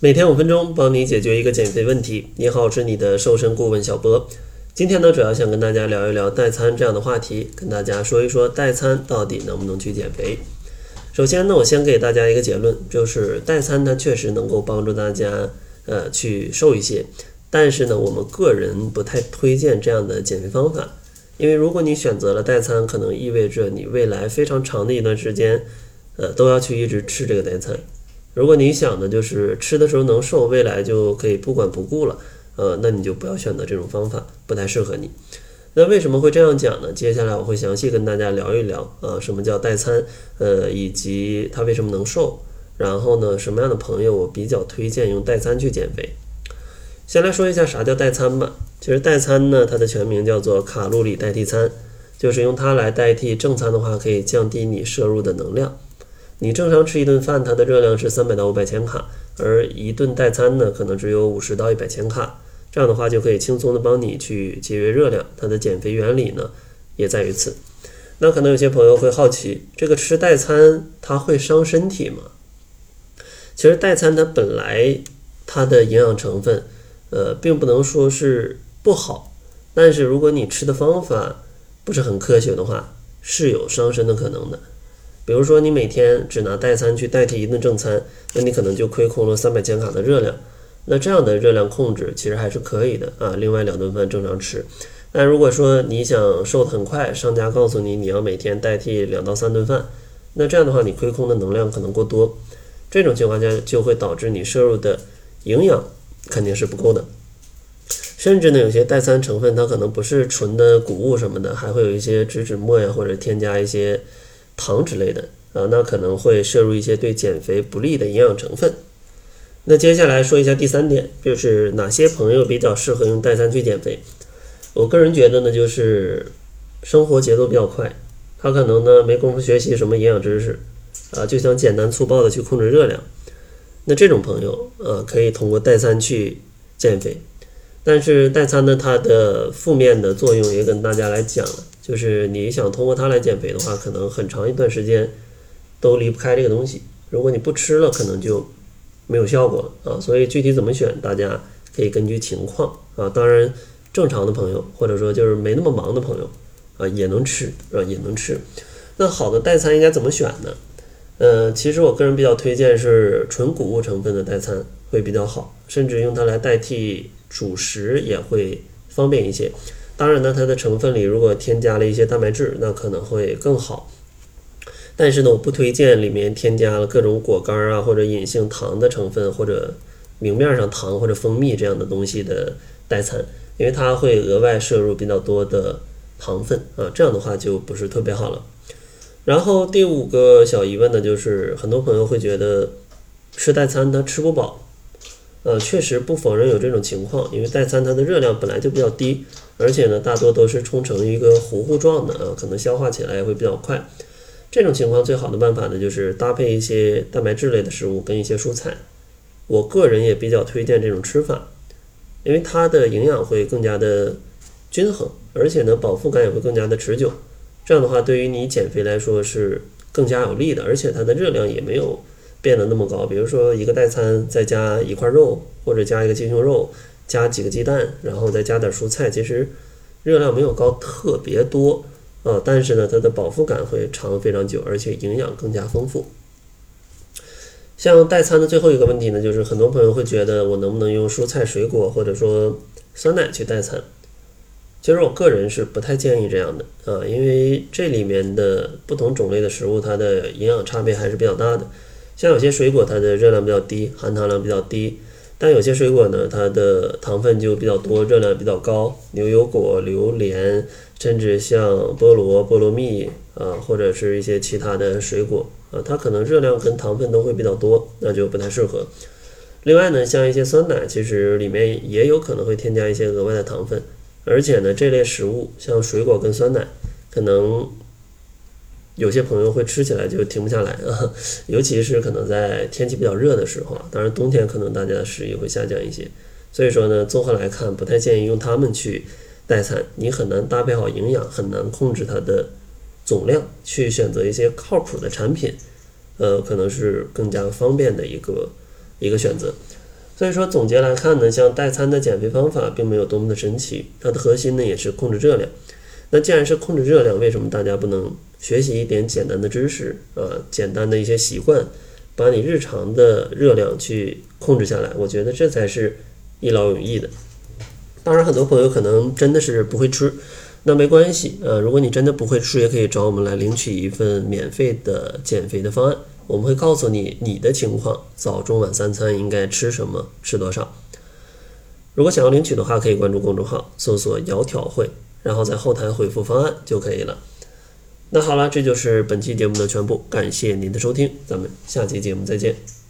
每天5分钟，帮你解决一个减肥问题。你好，我是你的瘦身顾问小波。今天呢，主要想跟大家聊一聊代餐这样的话题，跟大家说一说代餐到底能不能去减肥。首先呢，我先给大家一个结论，就是代餐它确实能够帮助大家去瘦一些，但是呢，我们个人不太推荐这样的减肥方法，因为如果你选择了代餐，可能意味着你未来非常长的一段时间都要去一直吃这个代餐。如果你想的就是吃的时候能瘦，未来就可以不管不顾了，那你就不要选择这种方法，不太适合你。那为什么会这样讲呢？接下来我会详细跟大家聊一聊什么叫代餐，以及它为什么能瘦，然后呢，什么样的朋友我比较推荐用代餐去减肥。先来说一下啥叫代餐吧。其实代餐呢，它的全名叫做卡路里代替餐，就是用它来代替正餐的话，可以降低你摄入的能量。你正常吃一顿饭，它的热量是300到500千卡，而一顿代餐呢，可能只有50到100千卡。这样的话就可以轻松的帮你去节约热量，它的减肥原理呢也在于此。那可能有些朋友会好奇，这个吃代餐它会伤身体吗？其实代餐它本来它的营养成分并不能说是不好，但是如果你吃的方法不是很科学的话，是有伤身的可能的。比如说你每天只拿代餐去代替一顿正餐，那你可能就亏空了300千卡的热量。那这样的热量控制其实还是可以的啊，另外2顿饭正常吃。但如果说你想瘦得很快，商家告诉你你要每天代替2到3顿饭，那这样的话你亏空的能量可能过多，这种情况下就会导致你摄入的营养肯定是不够的。甚至呢，有些代餐成分它可能不是纯的谷物什么的，还会有一些植脂末呀，或者添加一些糖之类的那可能会摄入一些对减肥不利的营养成分。那接下来说一下第3点，就是哪些朋友比较适合用代餐去减肥。我个人觉得呢，就是生活节奏比较快，他可能呢没工夫学习什么营养知识就想简单粗暴的去控制热量。那这种朋友可以通过代餐去减肥。但是代餐呢，它的负面的作用也跟大家来讲了，就是你想通过它来减肥的话，可能很长一段时间都离不开这个东西。如果你不吃了，可能就没有效果了所以具体怎么选，大家可以根据情况当然正常的朋友或者说就是没那么忙的朋友也能吃也能吃。那好的代餐应该怎么选呢？其实我个人比较推荐是纯谷物成分的代餐会比较好，甚至用它来代替主食也会方便一些。当然呢，它的成分里如果添加了一些蛋白质，那可能会更好。但是呢，我不推荐里面添加了各种果干或者隐性糖的成分，或者明面上糖或者蜂蜜这样的东西的代餐，因为它会额外摄入比较多的糖分这样的话就不是特别好了。然后第5个小疑问呢，就是很多朋友会觉得吃代餐它吃不饱。确实不否认有这种情况，因为代餐它的热量本来就比较低，而且呢大多都是冲成一个糊糊状的可能消化起来也会比较快。这种情况最好的办法呢，就是搭配一些蛋白质类的食物跟一些蔬菜。我个人也比较推荐这种吃法，因为它的营养会更加的均衡，而且呢饱腹感也会更加的持久。这样的话对于你减肥来说是更加有利的，而且它的热量也没有变得那么高。比如说一个代餐再加1块肉，或者加一个鸡胸肉，加几个鸡蛋，然后再加点蔬菜，其实热量没有高特别多但是呢它的饱腹感会长非常久，而且营养更加丰富。像代餐的最后一个问题呢，就是很多朋友会觉得我能不能用蔬菜水果或者说酸奶去代餐。其实我个人是不太建议这样的因为这里面的不同种类的食物它的营养差别还是比较大的。像有些水果它的热量比较低，含糖量比较低，但有些水果呢它的糖分就比较多，热量比较高，牛油果、榴莲，甚至像菠萝、菠萝蜜或者是一些其他的水果它可能热量跟糖分都会比较多，那就不太适合。另外呢，像一些酸奶，其实里面也有可能会添加一些额外的糖分，而且呢这类食物像水果跟酸奶，可能有些朋友会吃起来就停不下来尤其是可能在天气比较热的时候当然冬天可能大家的食欲会下降一些。所以说呢，综合来看，不太建议用它们去代餐，你很难搭配好营养，很难控制它的总量，去选择一些靠谱的产品可能是更加方便的一个选择。 所以说总结来看呢，像代餐的减肥方法并没有多么的神奇，它的核心呢也是控制热量。那既然是控制热量，为什么大家不能学习一点简单的知识简单的一些习惯，把你日常的热量去控制下来？我觉得这才是一劳永逸的。当然很多朋友可能真的是不会吃，那没关系如果你真的不会吃，也可以找我们来领取一份免费的减肥的方案，我们会告诉你你的情况，早中晚三餐应该吃什么，吃多少。如果想要领取的话，可以关注公众号搜索窈窕会，然后在后台回复方案就可以了。那好了，这就是本期节目的全部，感谢您的收听，咱们下期节目再见。